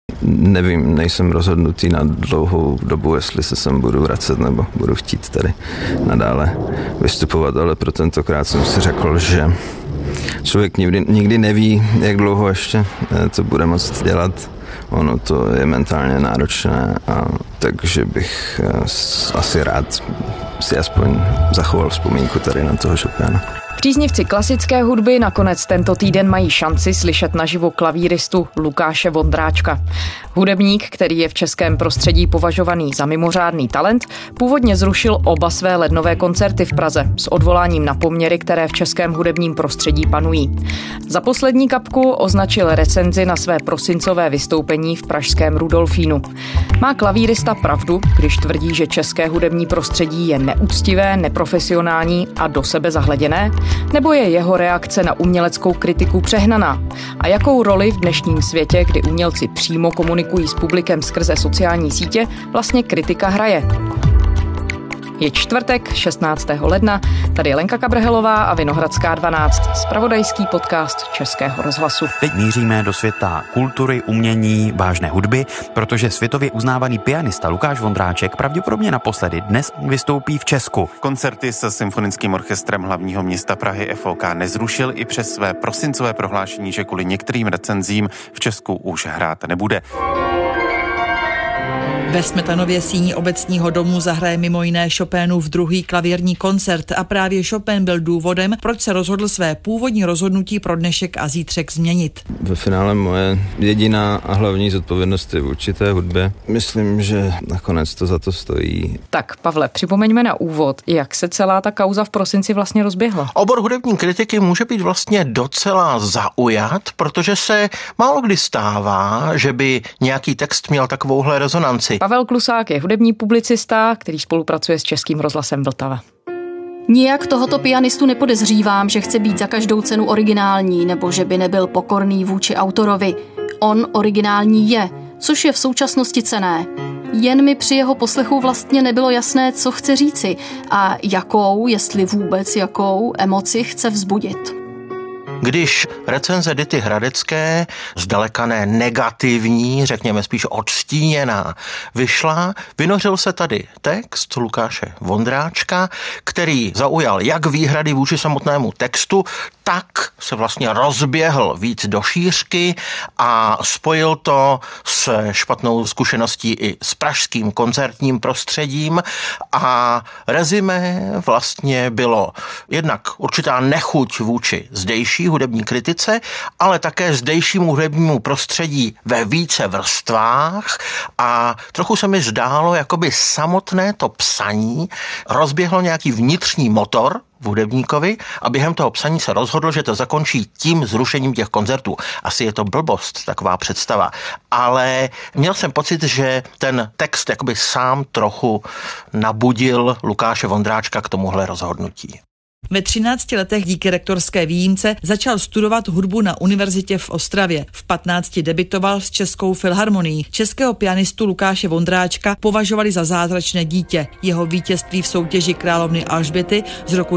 Nevím, nejsem rozhodnutý na dlouhou dobu, jestli se sem budu vracet nebo budu chtít tady nadále vystupovat, ale pro tentokrát jsem si řekl, že člověk nikdy neví, jak dlouho ještě to bude moct dělat. Ono to je mentálně náročné, takže bych asi rád si aspoň zachoval vzpomínku tady na toho Chopina. Příznivci klasické hudby nakonec tento týden mají šanci slyšet naživo klavíristu Lukáše Vondráčka. Hudebník, který je v českém prostředí považovaný za mimořádný talent, původně zrušil oba své lednové koncerty v Praze s odvoláním na poměry, které v českém hudebním prostředí panují. Za poslední kapku označil recenzi na své prosincové vystoupení v pražském Rudolfínu. Má klavírista pravdu, když tvrdí, že české hudební prostředí je neúctivé, neprofesionální a do sebe zahleděné? Nebo je jeho reakce na uměleckou kritiku přehnaná? A jakou roli v dnešním světě, kdy umělci přímo komunikují s publikem skrze sociální sítě, vlastně kritika hraje? Je čtvrtek, 16. ledna, tady je Lenka Kabrhelová a Vinohradská 12, zpravodajský podcast Českého rozhlasu. Teď míříme do světa kultury, umění, vážné hudby, protože světově uznávaný pianista Lukáš Vondráček pravděpodobně naposledy dnes vystoupí v Česku. Koncerty se symfonickým orchestrem hlavního města Prahy FOK nezrušil i přes své prosincové prohlášení, že kvůli některým recenzím v Česku už hrát nebude. Ve Smetanově síni obecního domu zahraje mimo jiné Chopinův druhý klavírní koncert a právě Chopin byl důvodem, proč se rozhodl své původní rozhodnutí pro dnešek a zítřek změnit. Ve finále moje jediná a hlavní zodpovědnost je vůči té hudbě. Myslím, že nakonec to za to stojí. Tak, Pavle, připomeňme na úvod, jak se celá ta kauza v prosinci vlastně rozběhla. Obor hudební kritiky může být vlastně docela zaujat, protože se málo kdy stává, že by nějaký text měl takovouhle rezonanci. Pavel Klusák je hudební publicista, který spolupracuje s Českým rozhlasem Vltava. Nijak tohoto pianistu nepodezřívám, že chce být za každou cenu originální nebo že by nebyl pokorný vůči autorovi. On originální je, což je v současnosti cenné. Jen mi při jeho poslechu vlastně nebylo jasné, co chce říci a jakou, jestli vůbec jakou, emoci chce vzbudit. Když recenze Dity Hradecké, zdaleka ne negativní, řekněme spíš odstíněná, vyšla, vynořil se tady text Lukáše Vondráčka, který zaujal jak výhrady vůči samotnému textu, tak se vlastně rozběhl víc do šířky a spojil to s špatnou zkušeností i s pražským koncertním prostředím a rezime vlastně bylo jednak určitá nechuť vůči zdejší hudební kritice, ale také zdejšímu hudebnímu prostředí ve více vrstvách a trochu se mi zdálo, jakoby samotné to psaní rozběhlo nějaký vnitřní motor v hudebníkovi a během toho psaní se rozhodl, že to zakončí tím zrušením těch koncertů. Asi je to blbost, taková představa, ale měl jsem pocit, že ten text jakoby sám trochu nabudil Lukáše Vondráčka k tomuhle rozhodnutí. Ve 13 letech díky rektorské výjimce začal studovat hudbu na univerzitě v Ostravě. V 15 debutoval s Českou filharmonií. Českého pianistu Lukáše Vondráčka považovali za zázračné dítě. Jeho vítězství v soutěži královny Alžběty z roku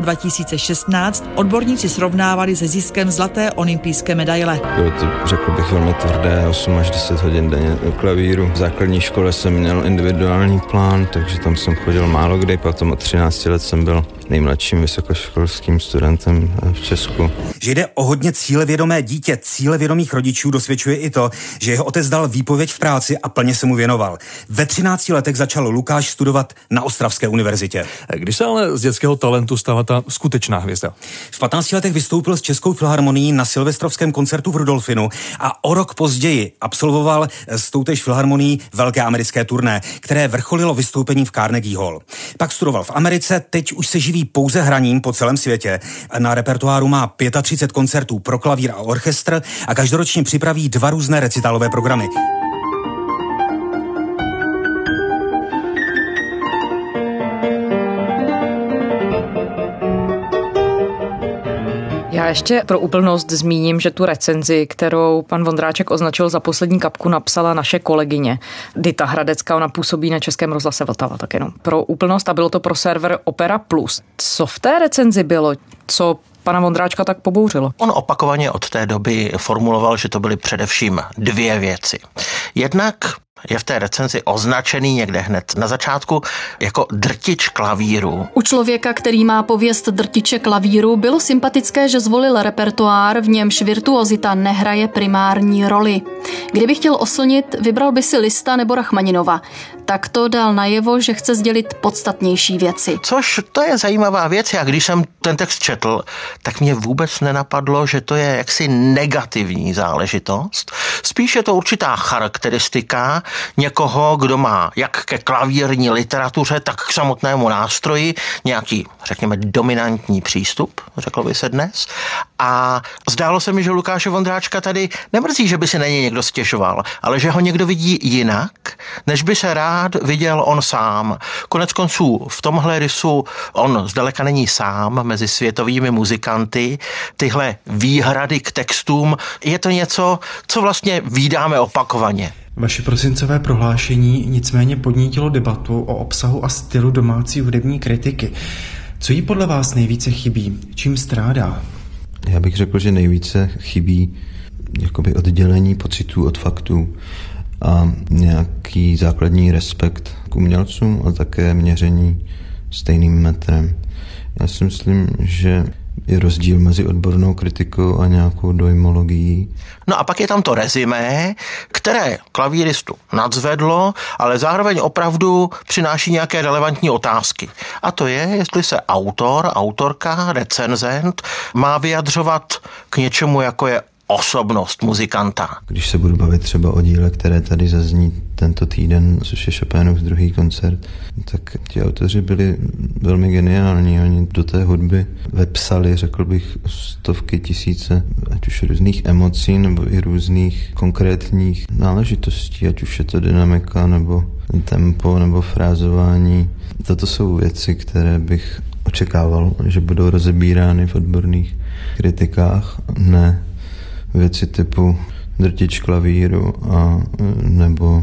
2016 odborníci srovnávali se ziskem zlaté olympijské medaile. Bylo to, řekl bych, velmi tvrdé, 8 až 10 hodin denně u klavíru. V základní škole jsem měl individuální plán, takže tam jsem chodil málo kdy, potom od 13 let jsem byl nejmladším vysokoškolským studentem v Česku. Že jde o hodně cílevědomé dítě, cílevědomých rodičů dosvědčuje i to, že jeho otec dal výpověď v práci a plně se mu věnoval. Ve 13 letech začal Lukáš studovat na Ostravské univerzitě. Když se ale z dětského talentu stává ta skutečná hvězda? V 15 letech vystoupil s Českou filharmonií na silvestrovském koncertu v Rudolfinu a o rok později absolvoval s toutéž filharmonií velké americké turné, které vrcholilo vystoupením v Carnegie Hall. Pak studoval v Americe, teď už se živí pouze hraním po celém světě. Na repertoáru má 35 koncertů pro klavír a orchestr a každoročně připraví 2 různé recitálové programy. Já ještě pro úplnost zmíním, že tu recenzi, kterou pan Vondráček označil za poslední kapku, napsala naše kolegyně Dita Hradecká, ona působí na Českém rozhlase Vltava, tak jenom pro úplnost, a bylo to pro server Opera Plus. Co v té recenzi bylo, co pana Vondráčka tak pobouřilo? On opakovaně od té doby formuloval, že to byly především dvě věci. Jednak je v té recenzi označený někde hned na začátku jako drtič klavíru. U člověka, který má pověst drtiče klavíru, bylo sympatické, že zvolil repertoár, v němž virtuozita nehraje primární roli. Kdyby chtěl oslnit, vybral by si Liszta nebo Rachmaninova. Tak to dal najevo, že chce sdělit podstatnější věci. Což to je zajímavá věc. Já když jsem ten text četl, tak mě vůbec nenapadlo, že to je jaksi negativní záležitost. Spíš je to určitá charakteristika někoho, kdo má jak ke klavírní literatuře, tak k samotnému nástroji nějaký, řekněme, dominantní přístup, řeklo by se dnes. A zdálo se mi, že Lukáše Vondráčka tady nemrzí, že by si na něj někdo stěžoval, ale že ho někdo vidí jinak, než by se rád viděl on sám. Konec konců v tomhle rysu on zdaleka není sám mezi světovými muzikanty. Tyhle výhrady k textům, je to něco, co vlastně vídáme opakovaně. Vaše prosincové prohlášení nicméně podnítilo debatu o obsahu a stylu domácí hudební kritiky. Co jí podle vás nejvíce chybí? Čím strádá? Já bych řekl, že nejvíce chybí jakoby oddělení pocitů od faktů a nějaký základní respekt k umělcům a také měření stejným metrem. Já si myslím, že je rozdíl mezi odbornou kritikou a nějakou dojmologií. No a pak je tam to rezimé, které klavíristu nadzvedlo, ale zároveň opravdu přináší nějaké relevantní otázky. A to je, jestli se autor, autorka, recenzent má vyjadřovat k něčemu, jako je osobnost muzikanta. Když se budu bavit třeba o díle, které tady zazní tento týden, což je Chopinův druhý koncert, tak ti autoři byli velmi geniální. Oni do té hudby vepsali, řekl bych, stovky tisíce, ať už různých emocí, nebo i různých konkrétních náležitostí, ať už je to dynamika, nebo tempo, nebo frázování. Toto jsou věci, které bych očekával, že budou rozebírány v odborných kritikách, ne věci typu drtič klavíru a nebo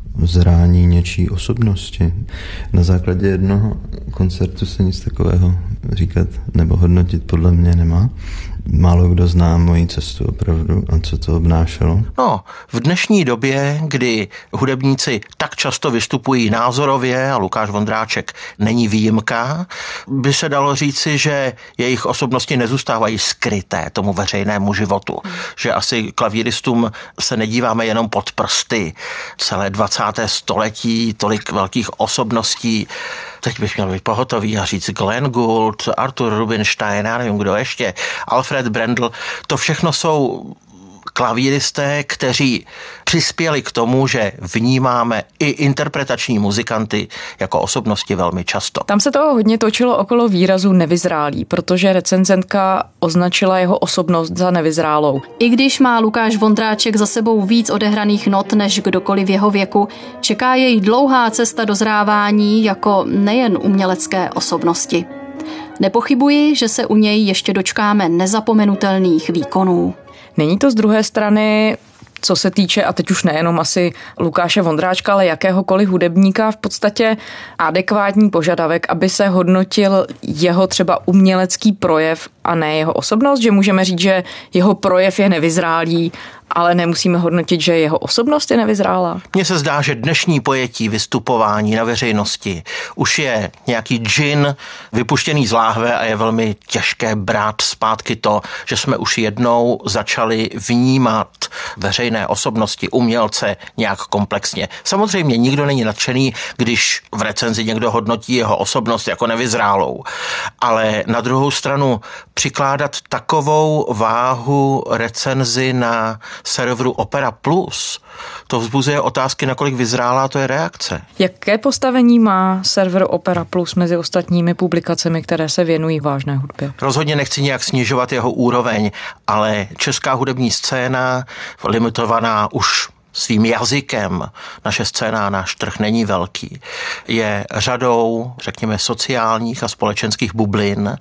zrání něčí osobnosti. Na základě jednoho koncertu se nic takového říkat nebo hodnotit podle mě nemá. Málo kdo zná moji cestu opravdu a co to obnášelo. No, v dnešní době, kdy hudebníci tak často vystupují názorově a Lukáš Vondráček není výjimka, by se dalo říci, že jejich osobnosti nezůstávají skryté tomu veřejnému životu. Že asi klavíristům se nedíváme jenom pod prsty. Celé 20. století, tolik velkých osobností. Teď bych měl být pohotový a říct Glenn Gould, Arthur Rubinstein, já nevím kdo ještě, Alfred Brendel. To všechno jsou klavíristé, kteří přispěli k tomu, že vnímáme i interpretační muzikanty jako osobnosti velmi často. Tam se toho hodně točilo okolo výrazu nevyzrálý, protože recenzentka označila jeho osobnost za nevyzrálou. I když má Lukáš Vondráček za sebou víc odehraných not než kdokoliv v jeho věku, čeká jej dlouhá cesta dozrávání jako nejen umělecké osobnosti. Nepochybuji, že se u něj ještě dočkáme nezapomenutelných výkonů. Není to z druhé strany, co se týče, a teď už nejenom asi Lukáše Vondráčka, ale jakéhokoliv hudebníka, v podstatě adekvátní požadavek, aby se hodnotil jeho třeba umělecký projev a ne jeho osobnost, že můžeme říct, že jeho projev je nevyzrálý, ale nemusíme hodnotit, že jeho osobnost je nevyzrálá. Mně se zdá, že dnešní pojetí vystupování na veřejnosti už je nějaký džin vypuštěný z láhve a je velmi těžké brát zpátky to, že jsme už jednou začali vnímat veřejné osobnosti, umělce nějak komplexně. Samozřejmě nikdo není nadšený, když v recenzi někdo hodnotí jeho osobnost jako nevyzrálou. Ale na druhou stranu přikládat takovou váhu recenzi na serveru Opera Plus, to vzbuzuje otázky, nakolik vyzrálá to je reakce. Jaké postavení má server Opera Plus mezi ostatními publikacemi, které se věnují vážné hudbě? Rozhodně nechci nějak snižovat jeho úroveň, ale česká hudební scéna, limitovaná už svým jazykem, naše scéna, náš trh není velký, je řadou, řekněme, sociálních a společenských bublin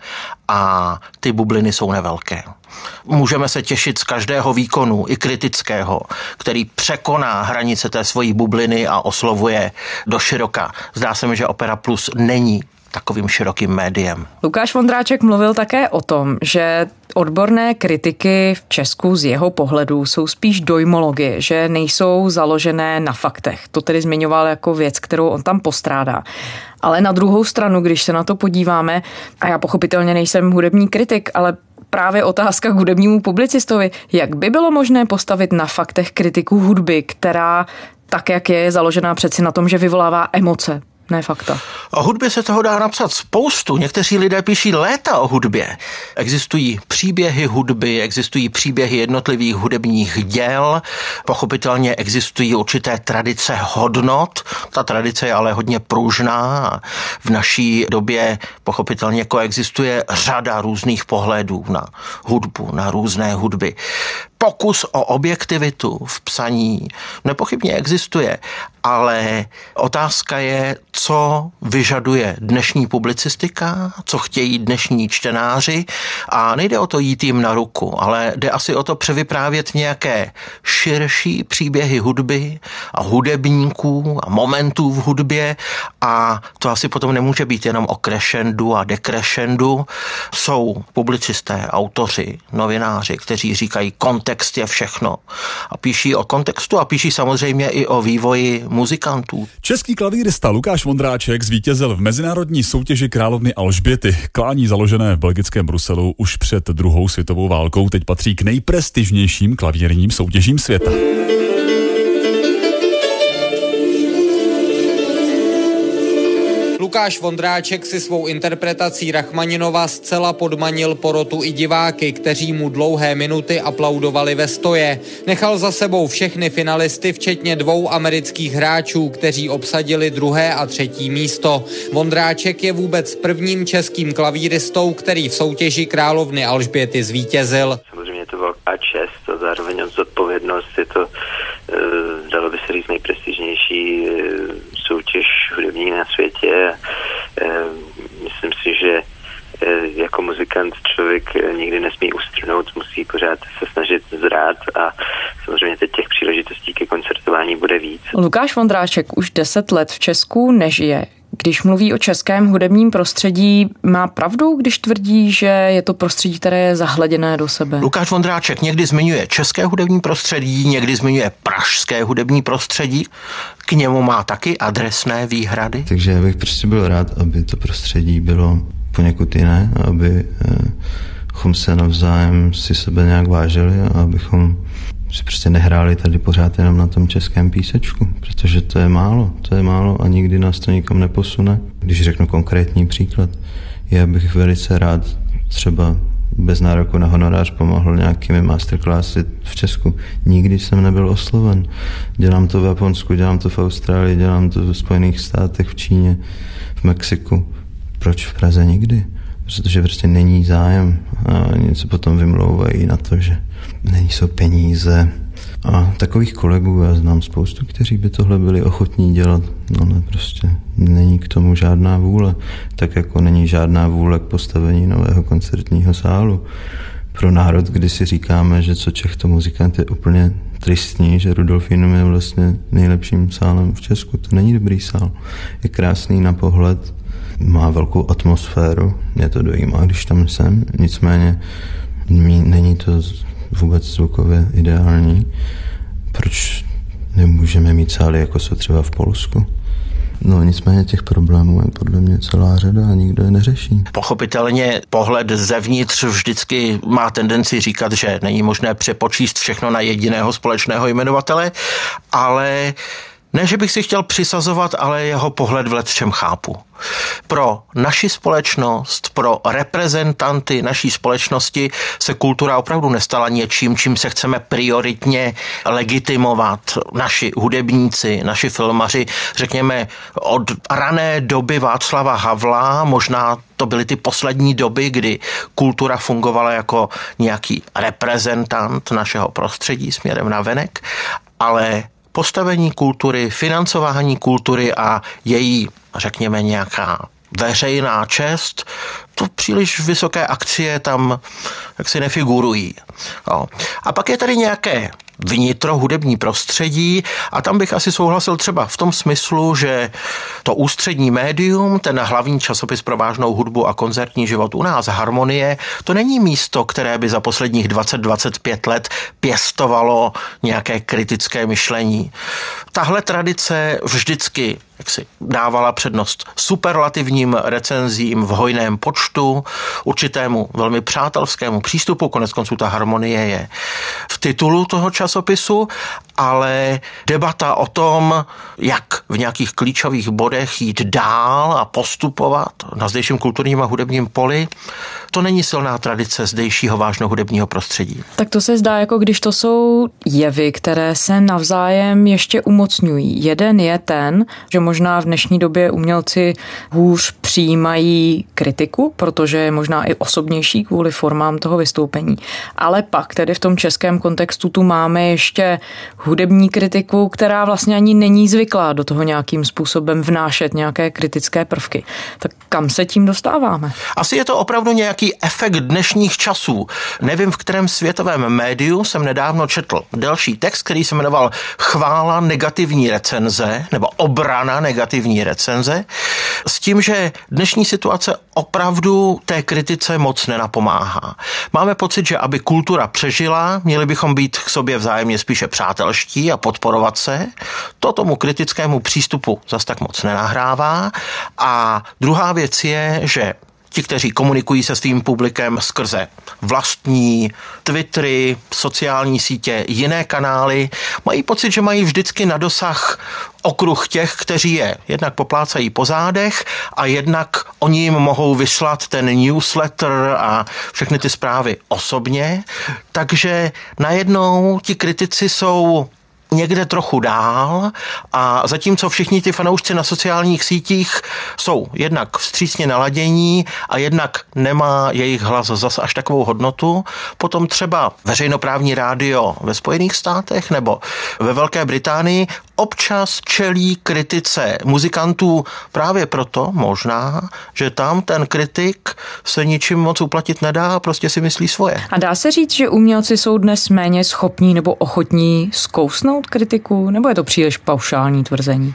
a ty bubliny jsou nevelké. Můžeme se těšit z každého výkonu, i kritického, který překoná hranice té svojí bubliny a oslovuje doširoka. Zdá se mi, že Opera Plus není takovým širokým médiem. Lukáš Vondráček mluvil také o tom, že odborné kritiky v Česku z jeho pohledu jsou spíš dojmologie, že nejsou založené na faktech. To tedy zmiňoval jako věc, kterou on tam postrádá. Ale na druhou stranu, když se na to podíváme, a já pochopitelně nejsem hudební kritik, ale právě otázka k hudebnímu publicistovi, jak by bylo možné postavit na faktech kritiku hudby, která tak, jak je založená přeci na tom, že vyvolává emoce, ne fakta. O hudbě se toho dá napsat spoustu. Někteří lidé píší léta o hudbě. Existují příběhy hudby, existují příběhy jednotlivých hudebních děl, pochopitelně existují určité tradice hodnot. Ta tradice je ale hodně pružná a v naší době pochopitelně koexistuje řada různých pohledů na hudbu, na různé hudby. Pokus o objektivitu v psaní nepochybně existuje, ale otázka je, co vyžaduje dnešní publicistika, co chtějí dnešní čtenáři a nejde o to jít jim na ruku, ale jde asi o to převyprávět nějaké širší příběhy hudby a hudebníků a momentů v hudbě a to asi potom nemůže být jenom o crescendu a decrescendu. Jsou publicisté, autoři, novináři, kteří říkají, kontext je všechno a píší o kontextu a píší samozřejmě i o vývoji muzikantů. Český klavírista Lukáš Vondráček zvítězil v mezinárodní soutěži královny Alžběty. Klání založené v belgickém Bruselu už před druhou světovou válkou teď patří k nejprestižnějším klavírním soutěžím světa. Lukáš Vondráček si svou interpretací Rachmaninova zcela podmanil porotu i diváky, kteří mu dlouhé minuty aplaudovali ve stoje. Nechal za sebou všechny finalisty, včetně 2 amerických hráčů, kteří obsadili 2. a 3. místo. Vondráček je vůbec prvním českým klavíristou, který v soutěži královny Alžběty zvítězil. Samozřejmě je to velká čest a zároveň zodpovědnost. Je to, dalo by se říct, nejprestižnější soutěž hudební na světě. Myslím si, že jako muzikant člověk nikdy nesmí ustrnout, musí pořád se snažit zrát a samozřejmě teď těch příležitostí ke koncertování bude víc. Lukáš Vondráček už 10 let v Česku nežije. Když mluví o českém hudebním prostředí, má pravdu, když tvrdí, že je to prostředí, které je zahleděné do sebe? Lukáš Vondráček někdy zmiňuje české hudební prostředí, někdy zmiňuje pražské hudební prostředí. K němu má taky adresné výhrady. Takže já bych prostě byl rád, aby to prostředí bylo poněkud jiné, abychom se navzájem si sebe nějak vážili a abychom si prostě nehráli tady pořád jenom na tom českém písečku, protože to je málo a nikdy nás to nikam neposune. Když řeknu konkrétní příklad, já bych velice rád třeba bez nároku na honorář pomohl nějakými masterclassy v Česku. Nikdy jsem nebyl osloven. Dělám to v Japonsku, dělám to v Austrálii, dělám to v Spojených státech, v Číně, v Mexiku. Proč v Praze nikdy? Protože prostě není zájem a něco potom vymlouvají na to, že nejsou peníze. A takových kolegů já znám spoustu, kteří by tohle byli ochotní dělat, ale prostě není k tomu žádná vůle. Tak jako není žádná vůle k postavení nového koncertního sálu. Pro národ, kdy si říkáme, že co Čech to muzikant je úplně tristní, že Rudolfinum je vlastně nejlepším sálem v Česku. To není dobrý sál. Je krásný na pohled, má velkou atmosféru, mě to dojímá, když tam jsem, nicméně není to vůbec zvukově ideální. Proč nemůžeme mít sály, jako jsou třeba v Polsku? No nicméně těch problémů je podle mě celá řada a nikdo je neřeší. Pochopitelně pohled zevnitř vždycky má tendenci říkat, že není možné přepočíst všechno na jediného společného jmenovatele, ale ne, že bych si chtěl přisazovat, ale jeho pohled v lecčem chápu. Pro naši společnost, pro reprezentanty naší společnosti se kultura opravdu nestala něčím, čím se chceme prioritně legitimovat. Naši hudebníci, naši filmaři, řekněme od rané doby Václava Havla, možná to byly ty poslední doby, kdy kultura fungovala jako nějaký reprezentant našeho prostředí směrem na venek, ale postavení kultury, financování kultury a její, řekněme, nějaká veřejná čest, to příliš vysoké akcie tam jaksi nefigurují. Jo. A pak je tady nějaké vnitrohudební prostředí a tam bych asi souhlasil třeba v tom smyslu, že to ústřední médium, ten hlavní časopis pro vážnou hudbu a koncertní život u nás, Harmonie, to není místo, které by za posledních 20-25 let pěstovalo nějaké kritické myšlení. Tahle tradice vždycky jaksi dávala přednost superlativním recenzím v hojném počtu, určitému velmi přátelskému přístupu, koneckonců ta Harmonie je v titulu toho časopisu, ale debata o tom, jak v nějakých klíčových bodech jít dál a postupovat na zdejším kulturním a hudebním poli, to není silná tradice zdejšího vážného hudebního prostředí. Tak to se zdá, jako když to jsou jevy, které se navzájem ještě umocňují. Jeden je ten, že možná v dnešní době umělci hůř přijímají kritiku, protože je možná i osobnější kvůli formám toho vystoupení. Ale pak tedy v tom českém kontextu tu máme ještě hudební kritiku, která vlastně ani není zvyklá do toho nějakým způsobem vnášet nějaké kritické prvky. Tak kam se tím dostáváme? Asi je to opravdu nějaký efekt dnešních časů. Nevím, v kterém světovém médiu jsem nedávno četl delší text, který se jmenoval Chvála negativní recenze, nebo obrana negativní recenze, s tím, že dnešní situace opravdu té kritice moc nenapomáhá. Máme pocit, že aby kultura přežila, měli bychom být k sobě vzájemně spíše přátelští a podporovat se. To tomu kritickému přístupu zas tak moc nenahrává. A druhá věc je, že ti, kteří komunikují se svým publikem skrze vlastní Twittery, sociální sítě, jiné kanály, mají pocit, že mají vždycky na dosah okruh těch, kteří je jednak poplácají po zádech a jednak oni jim mohou vyslat ten newsletter a všechny ty zprávy osobně. Takže najednou ti kritici jsou někde trochu dál a zatímco všichni ty fanoušci na sociálních sítích jsou jednak vstřícně naladění a jednak nemá jejich hlas zas až takovou hodnotu, potom třeba veřejnoprávní rádio ve Spojených státech nebo ve Velké Británii občas čelí kritice muzikantů právě proto možná, že tam ten kritik se ničím moc uplatit nedá a prostě si myslí svoje. A dá se říct, že umělci jsou dnes méně schopní nebo ochotní zkousnout kritiku, nebo je to příliš paušální tvrzení?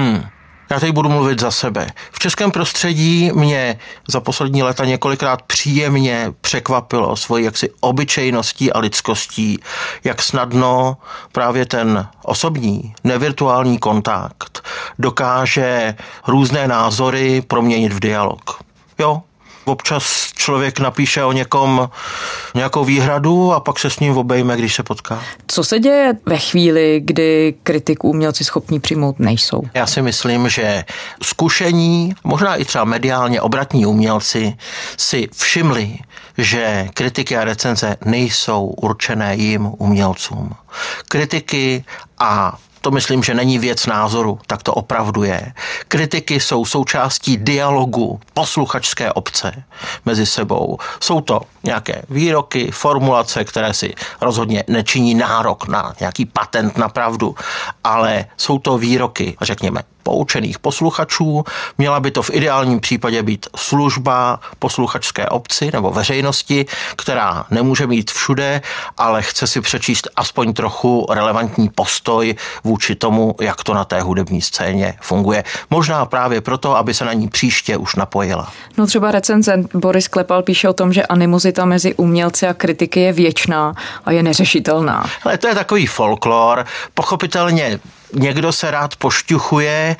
Já teď budu mluvit za sebe. V českém prostředí mě za poslední léta několikrát příjemně překvapilo svojí jaksi obyčejností a lidskostí, jak snadno právě ten osobní, nevirtuální kontakt dokáže různé názory proměnit v dialog. Jo, občas člověk napíše o někom nějakou výhradu a pak se s ním obejme, když se potká. Co se děje ve chvíli, kdy kritiku umělci schopní přijmout nejsou? Já si myslím, že zkušení, možná i třeba mediálně obratní umělci si všimli, že kritiky a recenze nejsou určené jim umělcům. Kritiky a to myslím, že není věc názoru, tak to opravdu je. Kritiky jsou součástí dialogu posluchačské obce mezi sebou. Jsou to nějaké výroky, formulace, které si rozhodně nečiní nárok na nějaký patent na pravdu, ale jsou to výroky, řekněme, poučených posluchačů. Měla by to v ideálním případě být služba posluchačské obci nebo veřejnosti, která nemůže mít všude, ale chce si přečíst aspoň trochu relevantní postoj vůči tomu, jak to na té hudební scéně funguje. Možná právě proto, aby se na ní příště už napojila. No třeba recenzent Boris Klepal píše o tom, že animozita mezi umělci a kritiky je věčná a je neřešitelná. Ale to je takový folklor. Pochopitelně někdo se rád pošťuchuje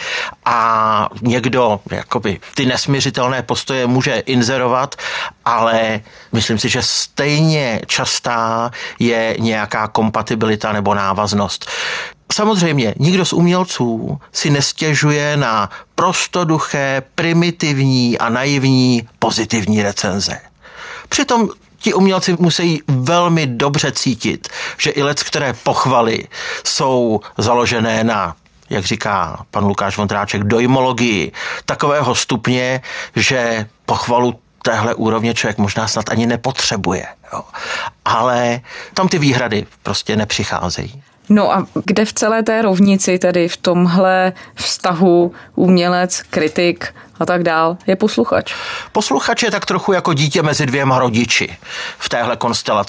a někdo jakoby ty nesměřitelné postoje může inzerovat, ale myslím si, že stejně častá je nějaká kompatibilita nebo návaznost. Samozřejmě, nikdo z umělců si nestěžuje na prostoduché, primitivní a naivní pozitivní recenze. Přitom ti umělci musí velmi dobře cítit, že i leckteré pochvaly jsou založené na, jak říká pan Lukáš Vondráček, dojmologii takového stupně, že pochvalu téhle úrovně člověk možná snad ani nepotřebuje. Jo. Ale tam ty výhrady prostě nepřicházejí. No a kde v celé té rovnici, tedy v tomhle vztahu umělec, kritik a tak dál, je posluchač? Posluchač je tak trochu jako dítě mezi dvěma rodiči v téhle konstelaci.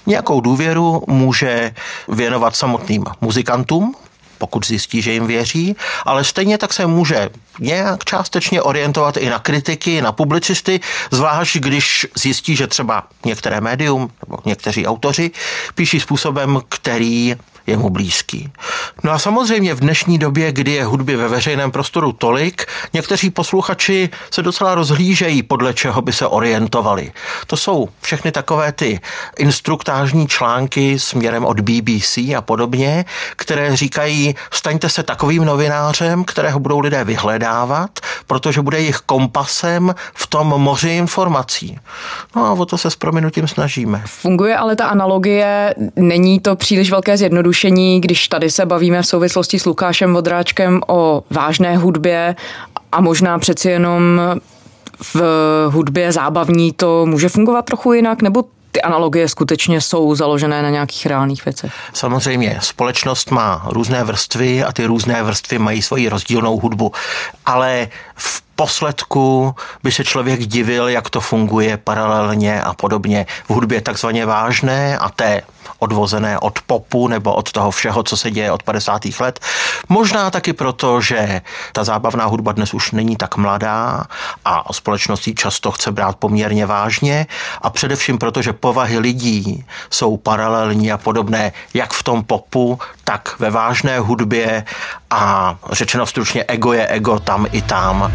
Nějakou důvěru může věnovat samotným muzikantům, pokud zjistí, že jim věří, ale stejně tak se může nějak částečně orientovat i na kritiky, na publicisty, zvlášť když zjistí, že třeba některé médium nebo někteří autoři píší způsobem, který je mu blízký. No a samozřejmě v dnešní době, kdy je hudby ve veřejném prostoru tolik, někteří posluchači se docela rozhlížejí, podle čeho by se orientovali. To jsou všechny takové ty instruktážní články směrem od BBC a podobně, které říkají, staňte se takovým novinářem, kterého budou lidé vyhledávat, protože bude jejich kompasem v tom moři informací. No a o to se s prominutím snažíme. Funguje ale ta analogie, není to příliš velké zjednodušení, když tady se bavíme v souvislosti s Lukášem Vondráčkem o vážné hudbě a možná přeci jenom v hudbě zábavní to může fungovat trochu jinak, nebo ty analogie skutečně jsou založené na nějakých reálných věcech? Samozřejmě, společnost má různé vrstvy a ty různé vrstvy mají svoji rozdílnou hudbu, ale v posledku by se člověk divil, jak to funguje paralelně a podobně v hudbě takzvaně vážné a té odvozené od popu nebo od toho všeho, co se děje od 50. let. Možná taky proto, že ta zábavná hudba dnes už není tak mladá a společnost ji často chce brát poměrně vážně a především proto, že povahy lidí jsou paralelní a podobné jak v tom popu, tak ve vážné hudbě a řečeno stručně ego je ego tam i tam.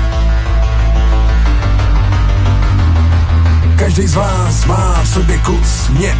Každý z vás má v sobě kus mě.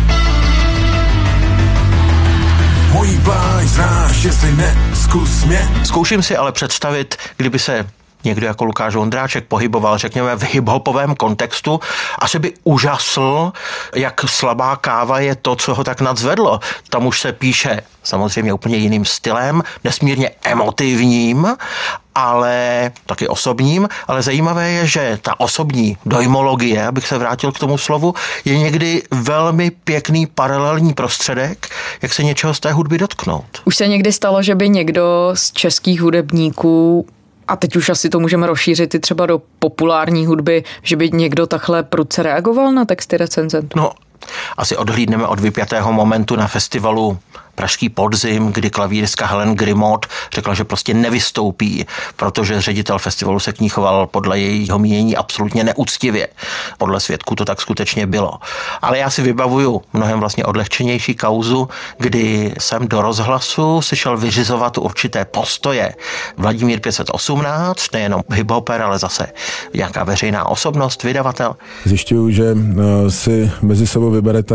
Mojí pláž znáš, jestli ne, zkus mě. Zkouším si ale představit, kdyby se někdo jako Lukáš Vondráček pohyboval, řekněme, v hiphopovém kontextu, asi by úžasl, jak slabá káva je to, co ho tak nadzvedlo. Tam už se píše samozřejmě úplně jiným stylem, nesmírně emotivním, ale taky osobním, ale zajímavé je, že ta osobní dojmologie, abych se vrátil k tomu slovu, je někdy velmi pěkný paralelní prostředek, jak se něčeho z té hudby dotknout. Už se někdy stalo, že by někdo z českých hudebníků, a teď už asi to můžeme rozšířit i třeba do populární hudby, že by někdo takhle prudce reagoval na texty recenzentů? No, asi odhlídneme od vypjatého momentu na festivalu Pražský podzim, kdy klavíristka Helen Grimaud řekla, že prostě nevystoupí, protože ředitel festivalu se k ní choval podle jejího mínění absolutně neúctivě. Podle svědků to tak skutečně bylo. Ale já si vybavuju mnohem vlastně odlehčenější kauzu, kdy jsem do rozhlasu si šel vyřizovat určité postoje. Vladimír 518, nejenom hiphoper, ale zase nějaká veřejná osobnost, vydavatel. Zjišťuju, že si mezi sebou vyberete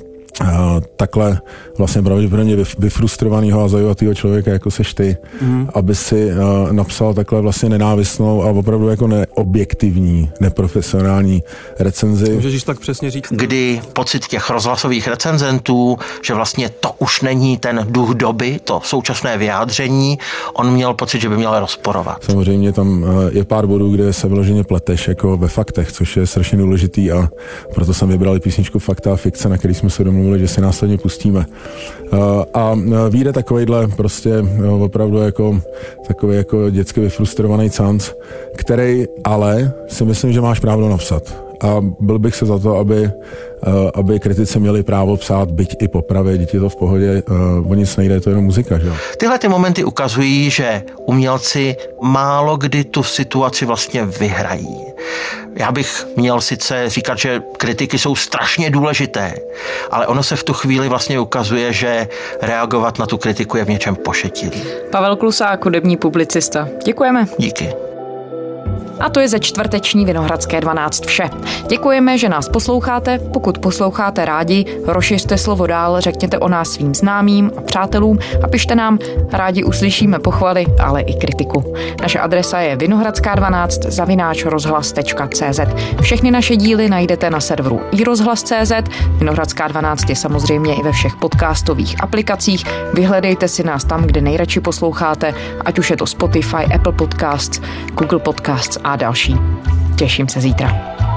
takhle vlastně pravděpodobně vyfrustrovanýho a zajatýho člověka, jako seš ty, aby si napsal takhle vlastně nenávistnou a opravdu jako neobjektivní, neprofesionální recenzi. Můžeš tak přesně říct? Kdy pocit těch rozhlasových recenzentů, že vlastně to už není ten duch doby, to současné vyjádření, on měl pocit, že by měl rozporovat. Samozřejmě tam je pár bodů, kde se vyloženě pleteš jako ve faktech, což je strašně důležitý a proto jsem vybral písničku Fakta a fikce, na který jsme se domluvili, že si následně pustíme. A vyjde takovejhle prostě opravdu jako takový jako dětsky vyfrustrovaný canc, který ale si myslím, že máš právo napsat. A byl bych se za to, aby kritici měli právo psát, byť i popravě, děti to v pohodě, o nic nejde, to je jenom muzika. Že? Tyhle ty momenty ukazují, že umělci málo kdy tu situaci vlastně vyhrají. Já bych měl sice říkat, že kritiky jsou strašně důležité, ale ono se v tu chvíli vlastně ukazuje, že reagovat na tu kritiku je v něčem pošetilý. Pavel Klusák, hudební publicista. Děkujeme. Díky. A to je ze čtvrteční Vinohradské 12 vše. Děkujeme, že nás posloucháte. Pokud posloucháte rádi, rozšiřte slovo dál, řekněte o nás svým známým a přátelům a pište nám, rádi uslyšíme pochvaly, ale i kritiku. Naše adresa je vinohradská12@rozhlas.cz. Všechny naše díly najdete na serveru iRozhlas.cz. Vinohradská 12 je samozřejmě i ve všech podcastových aplikacích. Vyhledejte si nás tam, kde nejradši posloucháte, ať už je to Spotify, Apple Podcasts, Google Podcasts a další. Těším se zítra.